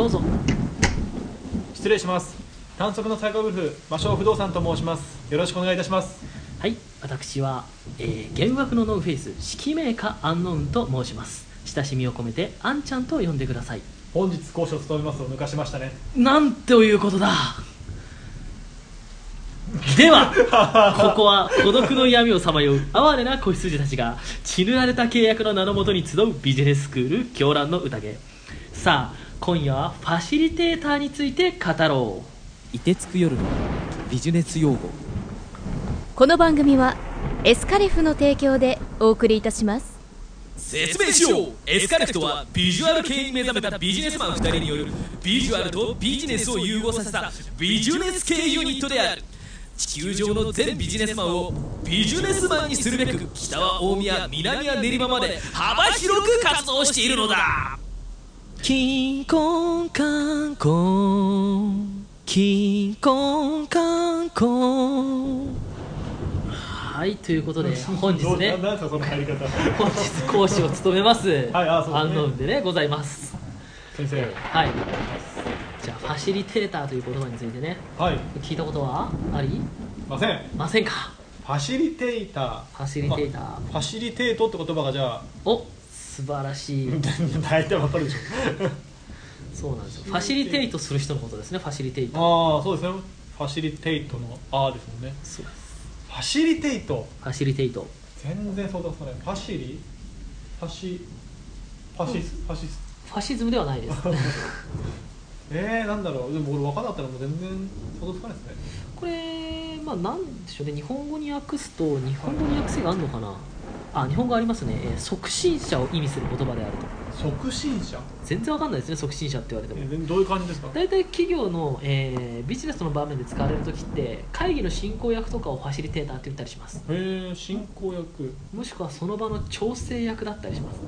うぞ。 失礼します。短足のサイコウルフ魔性不動産と申します。よろしくお願いいたします。 はい、私は、幻惑のノーフェイス指揮名家アンノウンと申します。親しみを込めてアンちゃんと呼んでください。 本日講師を務めますを抜かしましたね。 なんということだ。ではここは孤独の闇をさまよう哀れな子羊たちが血塗られた契約の名のもとに集うビジネススクール狂乱の宴。さあ今夜はファシリテーターについて語ろう。 凍てつく夜のビジネス用語。 この番組はエスカレフの提供でお送りいたします。 説明しよう。エスカレフとはビジュアル系に目覚めたビジネスマン2人によるビジュアルとビジネスを融合させたビジネス系ユニットである。地球上の全ビジネスマンをビジネスマンにするべく北は大宮、南は練馬まで幅広く活動しているのだ。 キンコンカンコンキンコンカンコン。はい、ということで本日ねなんですかその入り方。 本日講師を務めます、 はい、そうですね。 アンノウンでねございます。 先生。 はい。じゃあファシリテーターという言葉についてね、 はい。 聞いたことはありません。 ませんか。 ファシリテーター。 ファシリテーター。 ファシリテートって言葉がじゃあ。 お、素晴らしい。 大体わかるでしょ。 そうなんですよ。ファシリテートする人のことですね。ファシリテート。 ああ、そうですね。ファシリテートのあですもんね。 そうです。 ファシリテート。 ファシリテート。 全然想像つかない。ファシリファシファシスファシスファシズムではないです。 なんだろう。でも俺分かんなかったらもう全然想像つかないですね。 これまあなんでしょうね。日本語に訳すと日本語に訳せがあるのかな。あ、日本語ありますね。促進者を意味する言葉であると。 促進者。 全然わかんないですね。促進者って言われても。 どういう感じですか。 大体企業の、ビジネスの場面で使われるときって会議の進行役とかをファシリテーターって言ったりします。 進行役。 もしくはその場の調整役だったりします。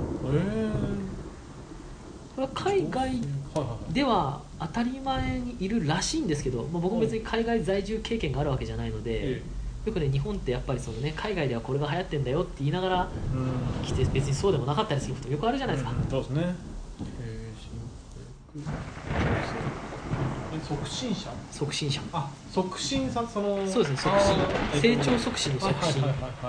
これは海外では当たり前にいるらしいんですけど、もう僕も別に海外在住経験があるわけじゃないので、よくね日本ってやっぱりそのね海外ではこれが流行ってんだよって言いながら来て別にそうでもなかったりすることよくあるじゃないですか。 そうですね。促進者。 促進者。 あ、促進さその。 そうですね。促進。成長促進の促進。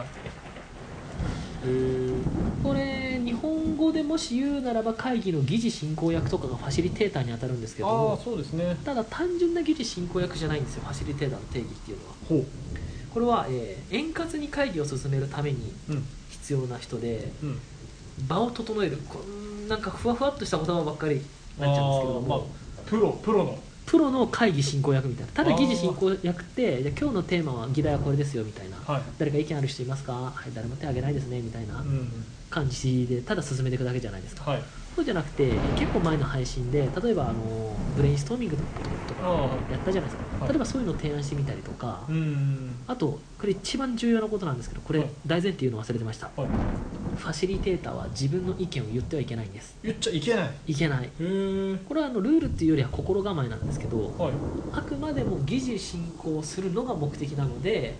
これ日本語でもし言うならば会議の議事進行役とかがファシリテーターに当たるんですけども、 そうですね。 ただ単純な議事進行役じゃないんですよ。ファシリテーターの定義っていうのは。 ほう。 これは、円滑に会議を進めるために必要な人で、場を整えるなんかふわふわっとした言葉ばっかりになっちゃうんですけれども、プロの会議進行役みたいな。ただ議事進行役ってじゃ今日のテーマは議題はこれですよみたいな、誰か意見ある人いますか、はい、誰も手挙げないですねみたいな感じでただ進めていくだけじゃないですか、そうじゃなくて結構前の配信で例えばブレインストーミングとかやったじゃないですか、例えばそういうのを提案してみたりとか、あとこれ一番重要なことなんですけど、これ大前提言うの忘れてました、ファシリテーターは自分の意見を言ってはいけないんです。 言っちゃいけない。 いけない。これはルールっていうよりは心構えなんですけど、あくまでも議事進行するのが目的なので、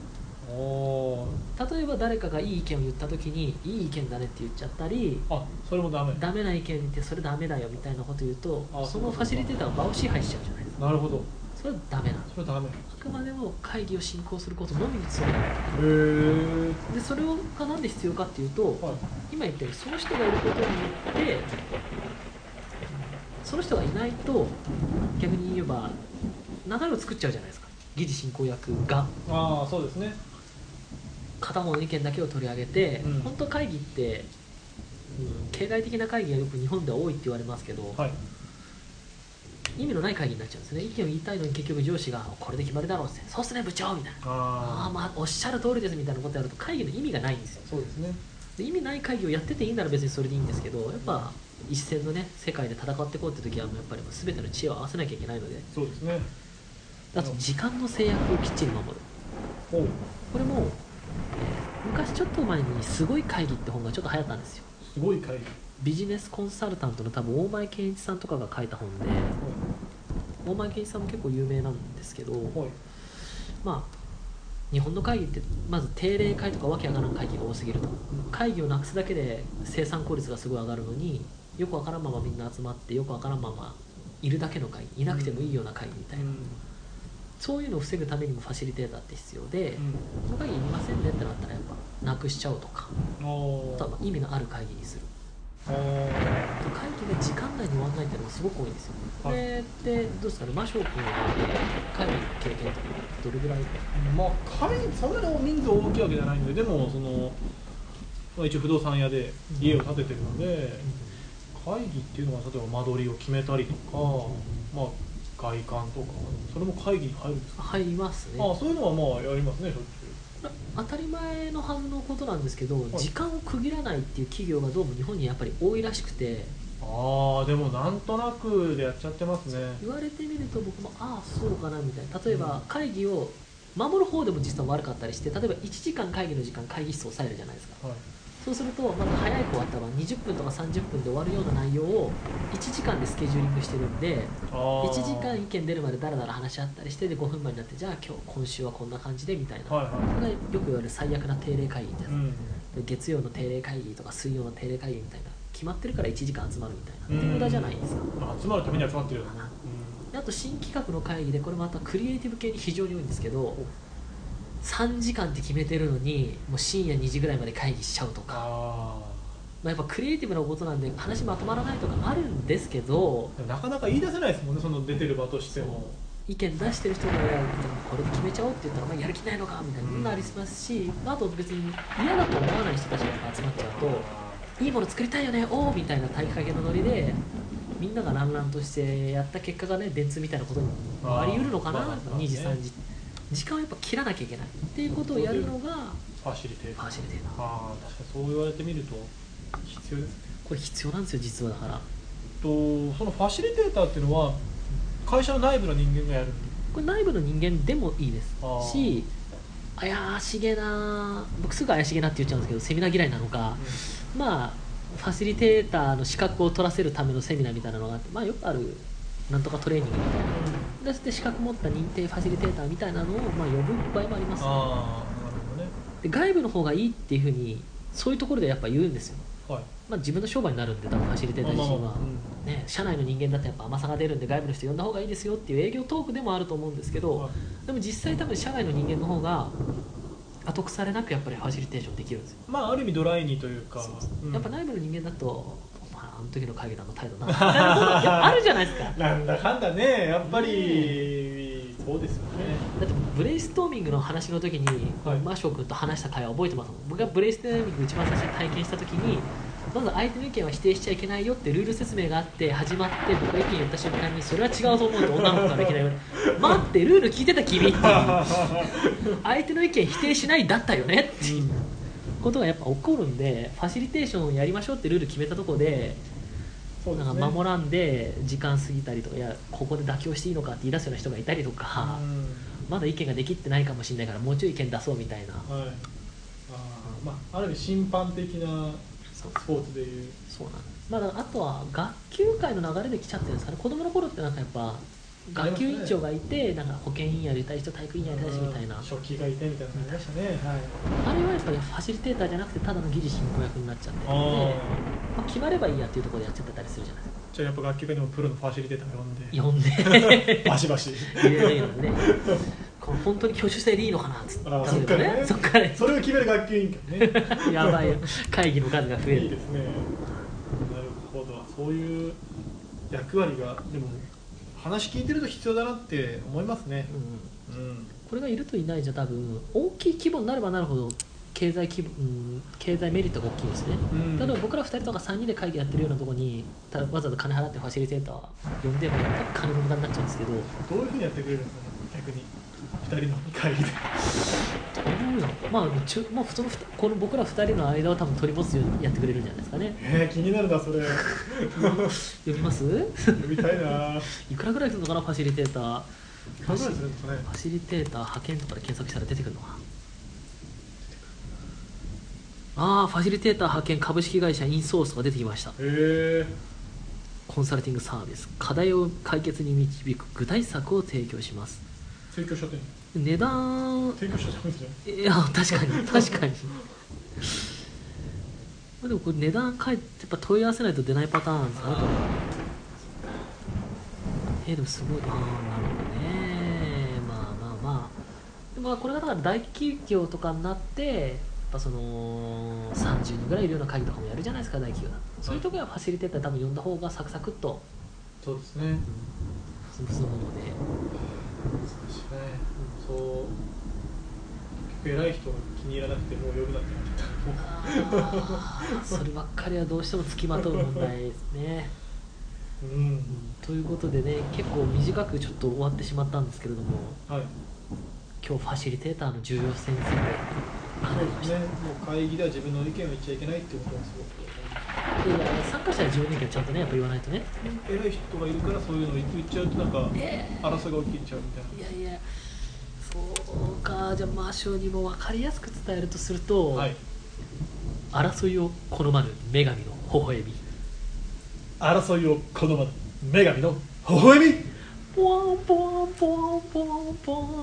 例えば誰かがいい意見を言った時にいい意見だねって言っちゃったり、 それもダメな意見ってそれダメだよみたいなこと言うと、そのファシリテーターが場を支配しちゃうじゃないですか。 なるほど。 それはダメなんです。 それはダメ。 あくまでも会議を進行することのみに努める。でそれがなんで必要かっていうと、今言ったようにその人がいることによってその人がいないと逆に言えば流れを作っちゃうじゃないですか。議事進行役がそうですね。 片方の意見だけを取り上げて、本当会議って、形骸的な会議がよく日本では多いって言われますけど、意味のない会議になっちゃうんですね。意見を言いたいのに結局上司がこれで決まりだろうって、そうっすね部長みたいな、まあおっしゃる通りですみたいなことやると会議の意味がないんですよ。 そうですね。 で意味ない会議をやってていいなら別にそれでいいんですけど、やっぱ一線のね世界で戦っていこうって時はやっぱり全ての知恵を合わせなきゃいけないので、 そうですね。 あと時間の制約をきっちり守る。これも、昔ちょっと前にすごい会議って本がちょっと流行ったんですよ。 すごい会議。 ビジネスコンサルタントの多分大前健一さんとかが書いた本で、大前健一さんも結構有名なんですけど、まあ日本の会議ってまず定例会とかわけわからん会議が多すぎると。会議をなくすだけで生産効率がすごい上がるのに、よくわからんままみんな集まってよくわからんままいるだけの会議、いなくてもいいような会議みたいな、そういうのを防ぐためにもファシリテーターって必要で、この会議いりませんねってなったらやっぱなくしちゃおうとか、あとは意味のある会議にする。会議が時間内に終わらないっていうのがすごく多いんですよ。これってどうですかね、魔性君は会議の経験とかどれぐらい？ まあ会議そんなに人数大きいわけじゃないんで、でも一応不動産屋で家を建ててるので、会議っていうのは例えば間取りを決めたりとか、まあ外観とか、それも会議に入るんですか？ 入りますね。 そういうのはまあやりますね、しょっちゅう。 当たり前のはずのことなんですけど、時間を区切らないっていう企業がどうも日本にやっぱり多いらしくて、 でもなんとなくでやっちゃってますね。 言われてみると僕もそうかなみたいな。例えば会議を守る方でも実は悪かったりして、例えば1時間会議の時間会議室を抑えるじゃないですか、そうするとまず早く終わったら20分とか30分で終わるような内容を1時間でスケジューリングしてるんで、1時間意見出るまでだらだら話し合ったりして、で5分前になって、じゃあ今週はこんな感じでみたいな、これがよく言われる最悪な定例会議です、で月曜の定例会議とか水曜の定例会議みたいな決まってるから1時間集まるみたいな、無駄じゃないですか。 集まるために集まってるよね。 あと新企画の会議で、これまたクリエイティブ系に非常に多いんですけど、3時間って決めてるのにもう深夜2時ぐらいまで会議しちゃうとか、やっぱクリエイティブなことなんで話まとまらないとかあるんですけど、 なかなか言い出せないですもんね、その出てる場としても。 意見出してる人がこれで決めちゃおうって言ったら、やる気ないのかみたいなのありますし、あと別に嫌だと思わない人たちが集まっちゃうと、いいもの作りたいよねみたいな体育会系のノリでみんながランランとしてやった結果がね、電通みたいなことにあり得るのかな、2時3時時間をやっぱ切らなきゃいけないっていうことをやるのがファシリテーター。 確かにそう言われてみると必要ですね。 これ必要なんですよ実は。だからそのファシリテーターっていうのは会社の内部の人間がやる？ これ内部の人間でもいいですし、怪しげな、僕すぐ怪しげなって言っちゃうんですけど、セミナー嫌いなのか、ファシリテーターの資格を取らせるためのセミナーみたいなのがあって、よくあるなんとかトレーニングみたいな、で資格持った認定ファシリテーターみたいなのを呼ぶ場合もあります、ね。 なるほどね。 で外部の方がいいっていうふうにそういうところでやっぱ言うんですよ。自分の商売になるんで、多分ファシリテーター自身は、社内の人間だとやっぱ甘さが出るんで外部の人呼んだ方がいいですよっていう営業トークでもあると思うんですけど、でも実際多分社内の人間の方が後腐れなくやっぱりファシリテーションできるんですよ。 ある意味ドライにというか、 やっぱ内部の人間だとあの時の会議の態度なみたいなことあるじゃないですか。 なんだかんだね、やっぱりそうですよね。 だってブレイストーミングの話の時にマショー君と話した会話覚えてますもん。僕がブレイストーミング一番最初に体験した時に、まず相手の意見は否定しちゃいけないよってルール説明があって始まって、僕が意見言った瞬間にそれは違うと思うと女の子からいきなり待ってルール聞いてた君っていう相手の意見否定しないだったよねっていうことがやっぱ起こるんで、ファシリテーションをやりましょうってルール決めたところでなんか守らんで時間過ぎたりとか、いやここで妥協していいのかって言い出すような人がいたりとか、まだ意見ができってないかもしれないからもうちょい意見出そうみたいな、 ある意味審判的なスポーツでいう。 そうなんです。あとは学級会の流れで来ちゃってるんですかね。子供の頃ってなんかやっぱ学級委員長がいて、なんか保健委員やりたい人、体育委員やりたい人みたいな、 書記がいてみたいなのありましたね。 あれはやっぱりファシリテーターじゃなくてただの議事進行役になっちゃってるので、決まればいいやっていうところでやっちゃってたりするじゃないですか。 じゃあやっぱ学級会でもプロのファシリテーター呼んでバシバシ入れないのでね本当に挙手制でいいのかなっつって、そっからね、 それを決める学級委員会ねやばいよ、会議の数が増える。 いいですね。なるほど、そういう役割がでも話聞いてると必要だなって思いますね。 これがいるといないじゃ多分大きい規模になればなるほど経済メリットが大きいですね。例えば僕ら2人とか3人で会議やってるようなところにわざわざ金払ってファシリテーター呼んでも多分金の無駄になっちゃうんですけど、 どういうふうにやってくれるんですかね、逆に2人の会議で。 もうこの僕ら2人の間を多分取り持つようにやってくれるんじゃないですかね。 気になるなそれ呼びます呼びたいな。 いくらぐらいするのかな、ファシリテーター。 ファシリテーター派遣とかで検索したら出てくるのかな。ファシリテーター派遣株式会社インソースが出てきました。コンサルティングサービス、課題を解決に導く具体策を提供します。 提供しちゃってる。 値段提供しちゃってますね。 いや確かにでもこれ値段やっぱ問い合わせないと出ないパターンですかね。 でもすごいなるほどね。まあこれがだから大企業とかになってやっぱその30人ぐらいいるような会議とかもやるじゃないですか、大企業だと。そういうところはファシリテーター多分呼んだ方がサクサクっと、 そうですね、 進むので、 そう偉い人が気に入らなくてもう呼ぶなってなってた。 そればっかりはどうしてもつきまとう問題ですね。ということでね、結構短くちょっと終わってしまったんですけれども、 はい、 今日ファシリテーターの重要性についてかなりました。 もう会議では自分の意見を言っちゃいけないってことなんですよ。 参加者は自分の意見をちゃんとねやっぱ言わないとね。 偉い人がいるからそういうの言っちゃうとなんか争いが起きちゃうみたいな。 いやそうか。じゃあ魔性にも分かりやすく伝えるとすると、はい、争いを好まぬ女神の微笑み。 争いを好まぬ女神の微笑み。 ポワンポワンポワンポワンポワン。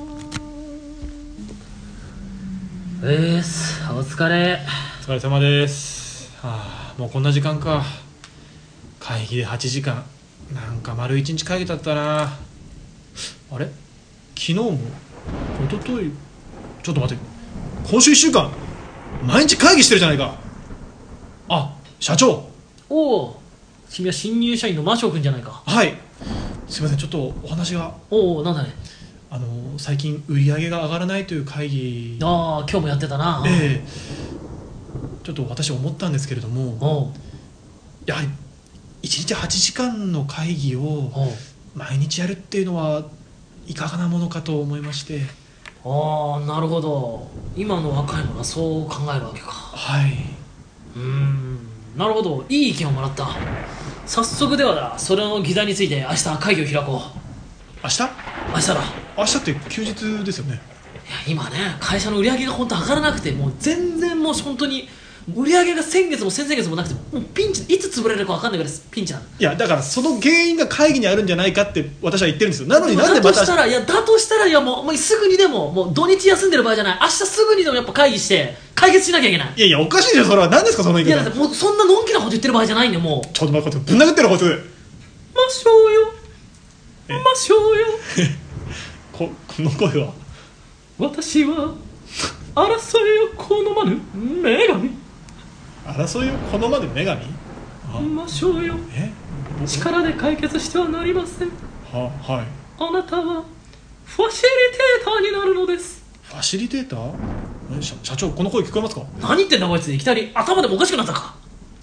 お疲れ。 お疲れ様です。もうこんな時間か。会議で8時間なんか丸1日会議だったな。あれ昨日も一昨日ちょっと待って、今週1週間毎日会議してるじゃないか。社長。 おお、君は新入社員の魔性君じゃないか。 はい、すいません、ちょっとお話が。 なんだね。 最近売り上げが上がらないという会議。 今日もやってたな。 ちょっと私思ったんですけれども、やはり1日8時間の会議を毎日やるっていうのはいかがなものかと思いまして。 なるほど。今の若い者はそう考えるわけか。 はい。 なるほど、いい意見をもらった。早速ではだ、それの議題について明日会議を開こう。 明日だ。明日って休日ですよね。 いや今ね、会社の売り上げが本当上がらなくて、もう全然もう本当に売り上げが先月も先々月もなくて、もうピンチ、いつ潰れるか分かんないぐらいピンチなの。 いやだからその原因が会議にあるんじゃないかって私は言ってるんですよ。なのになんでまた。 だとしたらもうすぐにでも、もう土日休んでる場合じゃない。明日すぐにでもやっぱ会議して解決しなきゃいけない。 いやおかしいでしょそれは。何ですかその言い方。 いやだってもうそんなのんきなこと言ってる場合じゃないんだよ。もうちょっと待って、ぶん殴ってるこいつ。 魔性よ魔性よこの声は。 私は争いを好まぬ女神。 争いを好まぬ女神。 魔性よ、力で解決してはなりません。 はい。 あなたはファシリテーターになるのです。 ファシリテーター。社長、この声聞こえますか。 何言ってんだこいつ。いきなり頭でもおかしくなったか。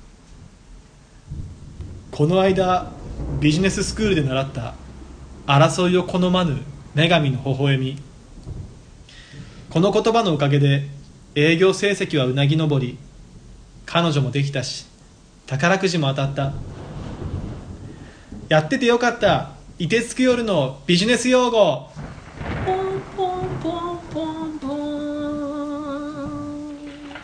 この間ビジネススクールで習った争いを好まぬ女神の微笑み。この言葉のおかげで営業成績はうなぎ登り、彼女もできたし宝くじも当たった。やっててよかった。凍てつく夜のビジネス用語。 ポンポンポンポンポン。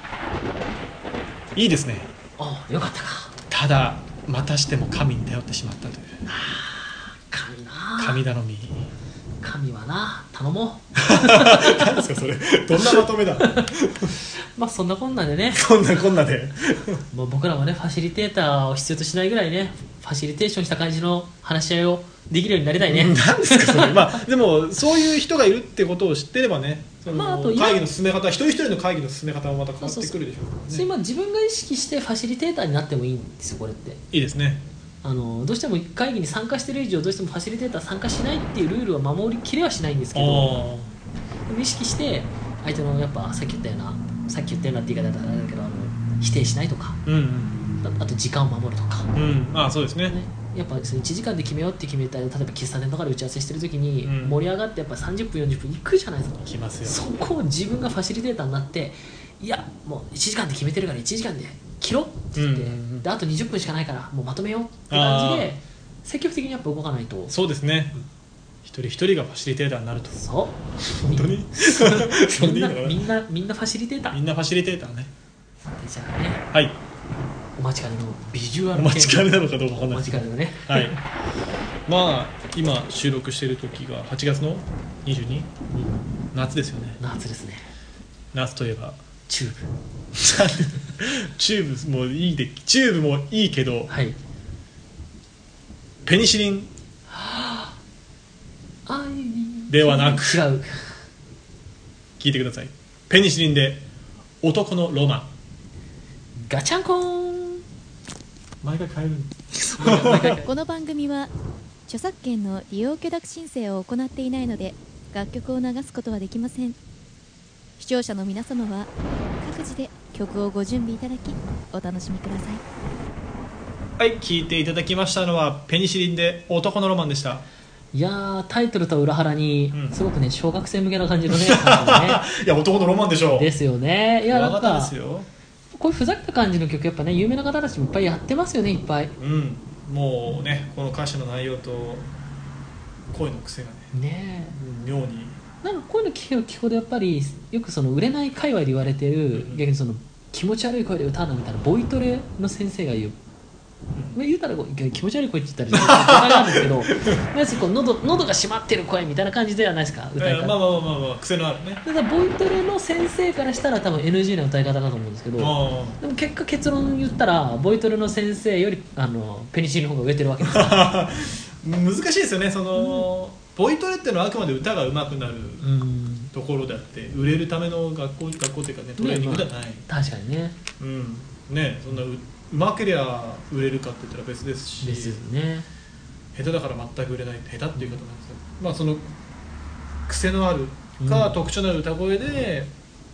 いいですね。 よかったか。 ただまたしても神に頼ってしまったという。 神な。 神頼み。 神はな、頼もう。 何ですかそれ。どんなまとめだ。 そんなこんなでね。もう僕らもね、ファシリテーターを必要としないぐらいね、ファシリテーションした感じの話し合いをできるようになりたいね。 何ですかそれ。でもそういう人がいるってことを知ってればね、あと会議の進め方、一人一人の会議の進め方もまた変わってくるでしょうからね。 自分が意識してファシリテーターになってもいいんですよ、これって。 いいですね。 どうしても会議に参加している以上、どうしてもファシリテーター参加しないっていうルールは守りきれはしないんですけど、意識して相手のやっぱさっき言ったようなって言い方だけど、否定しないとか、あと時間を守るとか、 そうですね。 やっぱ1時間で決めようって決めた、例えば喫茶店とかで打ち合わせしてる時に盛り上がってやっぱ30分40分いくじゃないですか。 きますよ。 そこを自分がファシリテーターになって、いやもう1時間で決めてるから1時間で切ろうって言って、であと20分しかないからもうまとめようって感じで積極的にやっぱ動かないと。 そうですね。一人一人がファシリテーターになると。 そう。 本当にみんなファシリテーター。 みんなファシリテーターね。 じゃあね。 はい。 お待ちかねのビジュアル。 お待ちかねなのかどうかわかんない。 お待ちかねのね。 はい。今収録している時が8月の22、夏ですよね。 夏ですね。 夏といえばチューブ。 チューブもいいで、チューブもいいけど、 はい。 ペニシリン。 ではなく違う。 聞いてください。ペニシリンで男のロマン。 ガチャンコーン。 毎回変える。 この番組は著作権の利用許諾申請を行っていないので楽曲を流すことはできません。視聴者の皆様は各自で曲をご準備いただきお楽しみください。 はい、聞いていただきましたのはペニシリンで男のロマンでした。 いやー、タイトルと裏腹にすごくね、小学生向けな感じのねいや男のロマンでしょう。 ですよね。いや、なんかですよ。 こういうふざけた感じの曲、やっぱね、有名な方たちもいっぱいやってますよね、いっぱい。 もうね、この歌詞の内容と声の癖がね妙になんかこういうの聞くほどやっぱりよくその売れない界隈で言われてる、逆にその気持ち悪い声で歌うのみたいなボイトレの先生が言う、言うたら気持ち悪い声って言ったら分かるんですけどなんかこう喉が締まってる声みたいな感じではないですか、歌い方。 まあ癖のあるね。 だからボイトレの先生からしたら多分 NG な歌い方だと思うんですけど、でも結論言ったらボイトレの先生よりペニシリンの方が売れてるわけですから難しいですよね。そのボイトレっていうのはあくまで歌が上手くなるところであって売れるための学校っていうかね、トレーニングじゃない、 確かにね、 ね、そんな上手けりゃ売れるかって言ったら別ですし、 ですよね。 下手だから全く売れない、下手っていう方なんですよ。まあその癖のあるか、特徴のある歌声で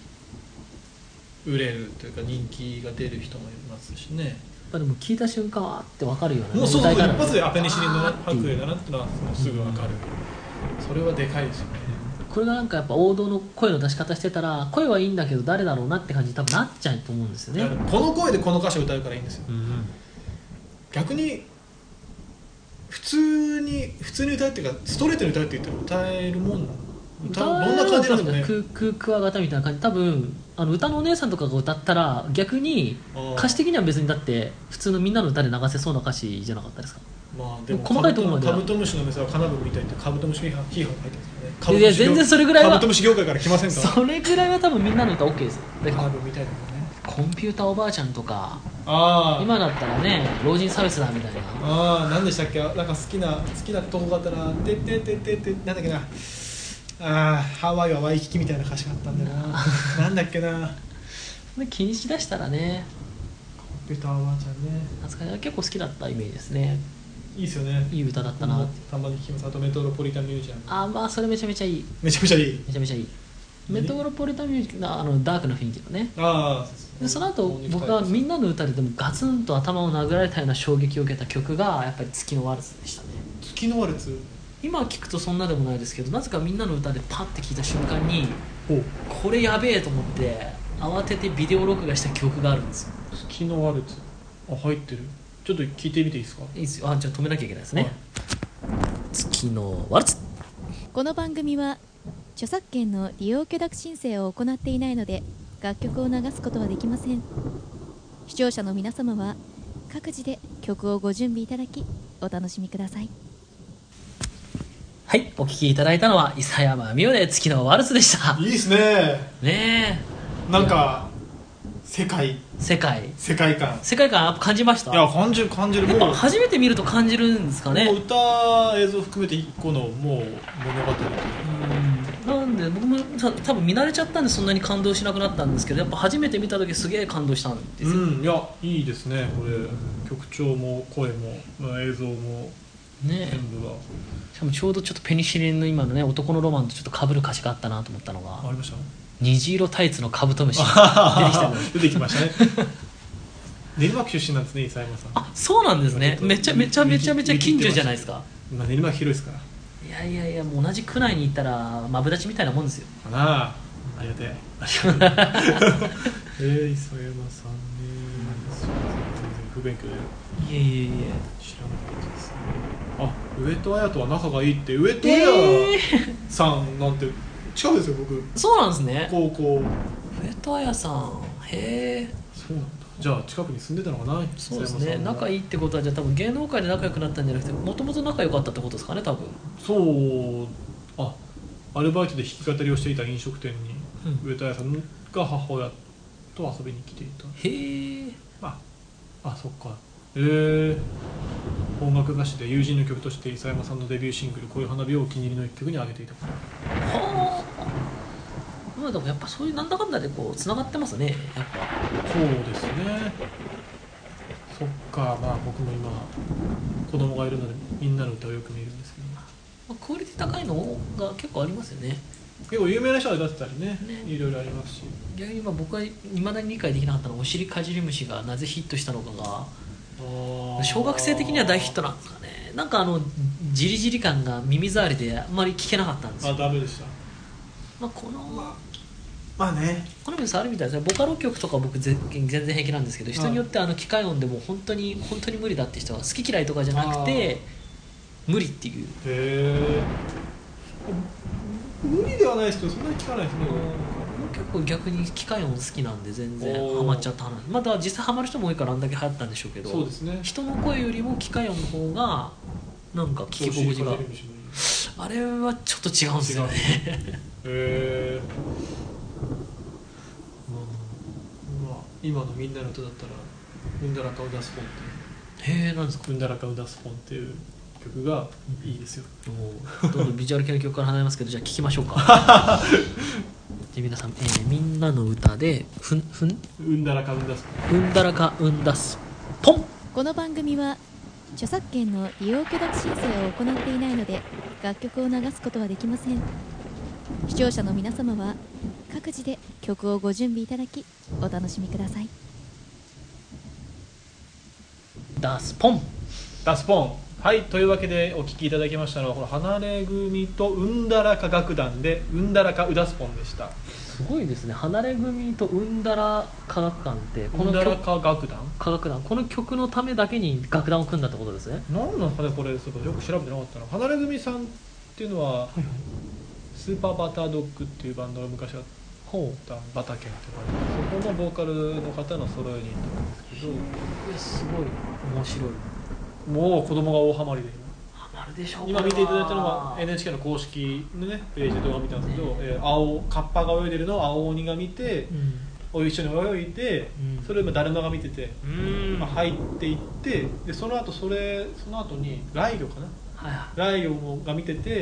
売れるというか人気が出る人もいますしね。 でも聞いた瞬間はって分かるような、 もうそう一発でペニシリンの白衣だなってのはすぐ分かる、それはでかいですよね。 これがなんかやっぱ王道の声の出し方してたら声はいいんだけど誰だろうなって感じに多分なっちゃうと思うんですよね。 この声でこの歌詞を歌うからいいんですよ、逆に普通に歌うっていうかストレートに歌うって言ったら歌えるもんどんな感じなんですかね。 クワガタみたいな感じ、多分歌のお姉さんとかが歌ったら逆に歌詞的には別にだって普通のみんなの歌で流せそうな歌詞じゃなかったですか。 まあでも細かいところまでカブトムシのメスはカナブンみたいってカブトムシ批判入ってますよね。 いや全然それぐらいはカブトムシ業界から来ませんか。 それぐらいは多分みんなの歌 OK ですよ。 カナブンみたいなのね。 コンピューターおばあちゃんとか今だったらね老人差別だみたいな。 何でしたっけ、なんか好きなとこがあったらてってってってってなんだっけな、ハワイはワイキキみたいな歌詞があったんだよななんだっけな気にしだしたらね、 コンピューターおばあちゃんね、 懐かしい、結構好きだったイメージですね。 いいですよね、 いい歌だったなって。 たまに聞きます。あとメトロポリタンミュージアム、 まあそれめちゃめちゃいい、 めちゃめちゃいい、 めちゃめちゃいい。メトロポリタンミュージアムダークな雰囲気のね。でその後僕がみんなの歌ででもガツンと頭を殴られたような衝撃を受けた曲がやっぱり月のワルツでしたね。 月のワルツ、 今聞くとそんなでもないですけど、なぜかみんなの歌でパッて聞いた瞬間にこれやべえと思って慌ててビデオ録画した記憶があるんですよ。 月のワルツ、入ってる、ちょっと聞いてみていいですか。 いいですよ。じゃあ止めなきゃいけないですね、月のワルツ。 この番組は著作権の利用許諾申請を行っていないので楽曲を流すことはできません。視聴者の皆様は各自で曲をご準備いただきお楽しみください。 はい、お聴きいただいたのは伊佐山美代で月のワルツでした。 いいですね。 ねえ、なんか世界観やっぱ感じました。 いや感じるやっぱ初めて見ると感じるんですかね。 もう歌映像含めて一個のもう物語なんで僕も多分見慣れちゃったんでそんなに感動しなくなったんですけど、やっぱ初めて見た時すげえ感動したんですよ。 いやいいですねこれ、曲調も声も映像もね、 全部が。 しかもちょうどちょっとペニシリンの今のね男のロマンとちょっと被る歌詞があったなと思ったのが、 ありました。 虹色タイツのカブトムシ出てきた出てきましたね。練馬区出身なんですね、伊佐山さん。 そうなんですね。めちゃめちゃ近所じゃないですか。 練馬広いですから。 いやもう同じ区内に行ったらマブダチみたいなもんですよ。 かなあ。ありがてえ。伊佐山さんね、全然不勉強で。 いえ知らなかったですね。上戸彩とは仲がいいって、上戸彩さんなんて近くですよ僕。 そうなんですね。 高校。 上戸彩さん、へえ。 そうなんだ。じゃあ近くに住んでたのかな。 そうですね。仲いいってことはじゃあ多分芸能界で仲良くなったんじゃなくてもともと仲良かったってことですかね多分。 そう。アルバイトで弾き語りをしていた飲食店に、上戸彩さんが母親と遊びに来ていた。 へえ。 そっか。 音楽歌手で友人の曲として諫山さんのデビューシングル「恋花火」をお気に入りの一曲に挙げていたこと。 はあ、まあでもやっぱそういうなんだかんだでこうつながってますね、やっぱ。 そうですね。そっか、まあ僕も今子供がいるのでみんなの歌をよく見るんですけど、 まあ、クオリティ高いのが結構ありますよね。 結構有名な人が歌ってたりね、いろいろありますし。 逆に今僕はいまだに理解できなかったのはお尻かじり虫がなぜヒットしたのかが、小学生的には大ヒットなんですかね。なんかじりじり感が耳障りであんまり聞けなかったんですよ。 ダメでした。 まあこのまあね、 好みの差あるみたいですね。ボカロ曲とか僕全然平気なんですけど、人によって機械音でも本当に無理だって人は好き嫌いとかじゃなくて無理っていう。 へ無理ではないですけどそんなに聞かないですね。 結構逆に機械音好きなんで全然ハマっちゃった話。まだ実際ハマる人も多いからあんだけ流行ったんでしょうけど、 そうですね、 人の声よりも機械音の方がなんか聞き心地が、あれはちょっと違うんですよね。 へまあ今のみんなの歌だったら「うんだらかうだす本」ってへえ、なんですか。 うんだらかうだす本っていう曲がいいですよ。 どんどんビジュアル系の曲から離れますけど、じゃあ聴きましょうか。で皆さん、みんなの歌でうんだらかうんだすうんだらかうんだすポン。 この番組は著作権の利用許諾申請を行っていないので楽曲を流すことはできません。視聴者の皆様は各自で曲をご準備いただきお楽しみください。 ダスポンダスポン。はい、というわけでお聴きいただきましたのはこの離れ組とうんだらか楽団でうんだらかうだすポンでした。 すごいですね。離れ組とうんだら科学館ってこのうんだらか楽団この曲のためだけに楽団を組んだってことですね。 なんなんですかねこれ。そうか、よく調べてなかったな。離れ組さんっていうのは、スーパーバタードッグっていうバンドが昔あったバタケンってバンド、そこのボーカルの方のソロユニットなんですけど、 すごい面白い。 もう子供が大ハマりでハマるでしょう。 今見ていただいたのは NHK の公式のねページで動画見たんですけど、カッパが泳いでるのを青鬼が見て、一緒に泳いで、それをだるまが見てて、入っていってでその後にライギョかな、ライギョが見てて、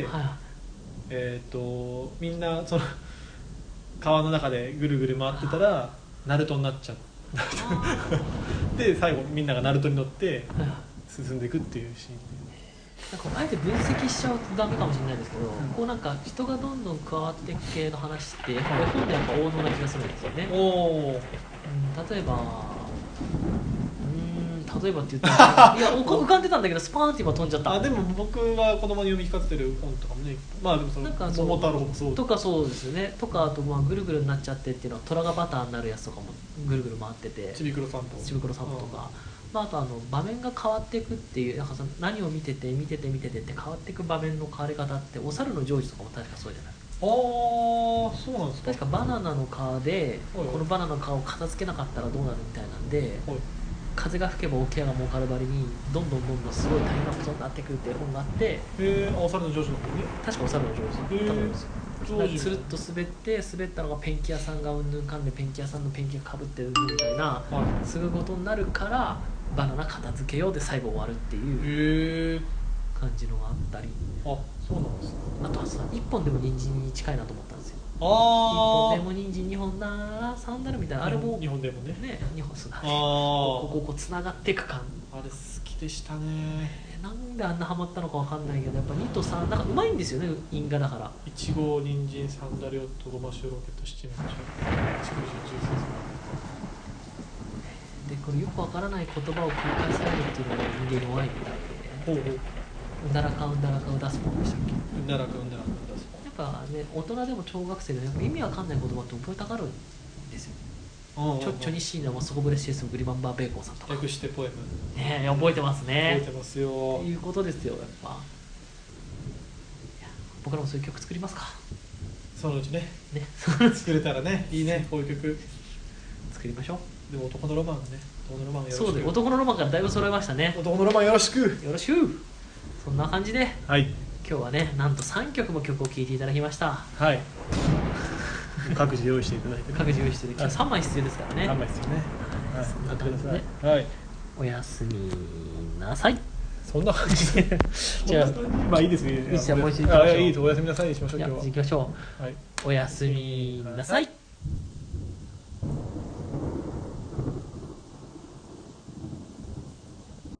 みんなその川の中でぐるぐる回ってたらナルトになっちゃうで最後みんながナルトに乗って進んでいくっていうシーンで、 なんかあえて分析しちゃうとダメかもしれないですけど、こうなんか人がどんどん加わっていく系の話って絵本でやっぱ王道な気がするんですよね。例えばって言ったらいや浮かんでたんだけどスパーンって今飛んじゃった。 でも僕が子供に読み聞かせてる本とかもね、まあでもその桃太郎もそうとかそうですよね。とかあとぐるぐるになっちゃってっていうのは虎がバターになるやつとかもぐるぐる回ってて、 ちびくろさんとか、あと場面が変わっていくっていう、なんか何を見ててって変わっていく場面の変わり方ってお猿のジョージとかも確かそうじゃない。 そうなんですか。 確かバナナの皮でこのバナナの皮を片付けなかったらどうなるみたいなんで、風が吹けば桶屋が儲かるばりにどんどんすごい大変なことになってくるっていう本があって、 お猿のジョージの方に確かお猿のジョージだと思うんですよ。つるっと滑ったのがペンキ屋さんがうんぬんかんでペンキ屋さんのペンキがかぶってるみたいな、すぐことになるからバナナ片付けようで最後終わるっていう感じのがあったり、 そうなんですね。 あとは1本でも人参に近いなと思ったんですよ。1本でも人参2本なら3なるみたいな、あれも 2本でもね 2本すなこつながっていく感、 あれ好きでしたね。 なんであんなハマったのかわかんないけど、やっぱ2と3なんかうまいんですよね、因果だから。 1号人参サンダルヨットごま塩ロケット七面でこれよくわからない言葉を繰り返されるっていうのが人間弱いみたいで、うんだらかうだすもんでしたっけ。 うんだらかうだすもん。 やっぱね、大人でも小学生でもやっぱ意味わかんない言葉って覚えたがるんですよ。チョニシーナもソコブレシエスグリバンバーベーコンさんとか略してポエムね、覚えてますね。 覚えてますよ。 いうことですよ。やっぱ僕らもそういう曲作りますか。 そのうちね作れたらね、いいね、こういう曲作りましょう。 でも男のロマンがね、男のロマンよろしく。 そうで、男のロマンからだいぶ揃えましたね。 男のロマンよろしくよろしく。そんな感じで、 はい、 今日はね、なんと3曲も曲を聴いていただきました。 はい。各自用意していただいて、 各自用意して今日3枚必要ですからね。 3枚必要ね。 そんな感じで、 はい。 おやすみなさい。 そんな感じでじゃあまあいいですね。 じゃあもう一度行きましょう。 いいです。おやすみなさいにしましょう。今日は行きましょう。 はい。 おやすみなさい。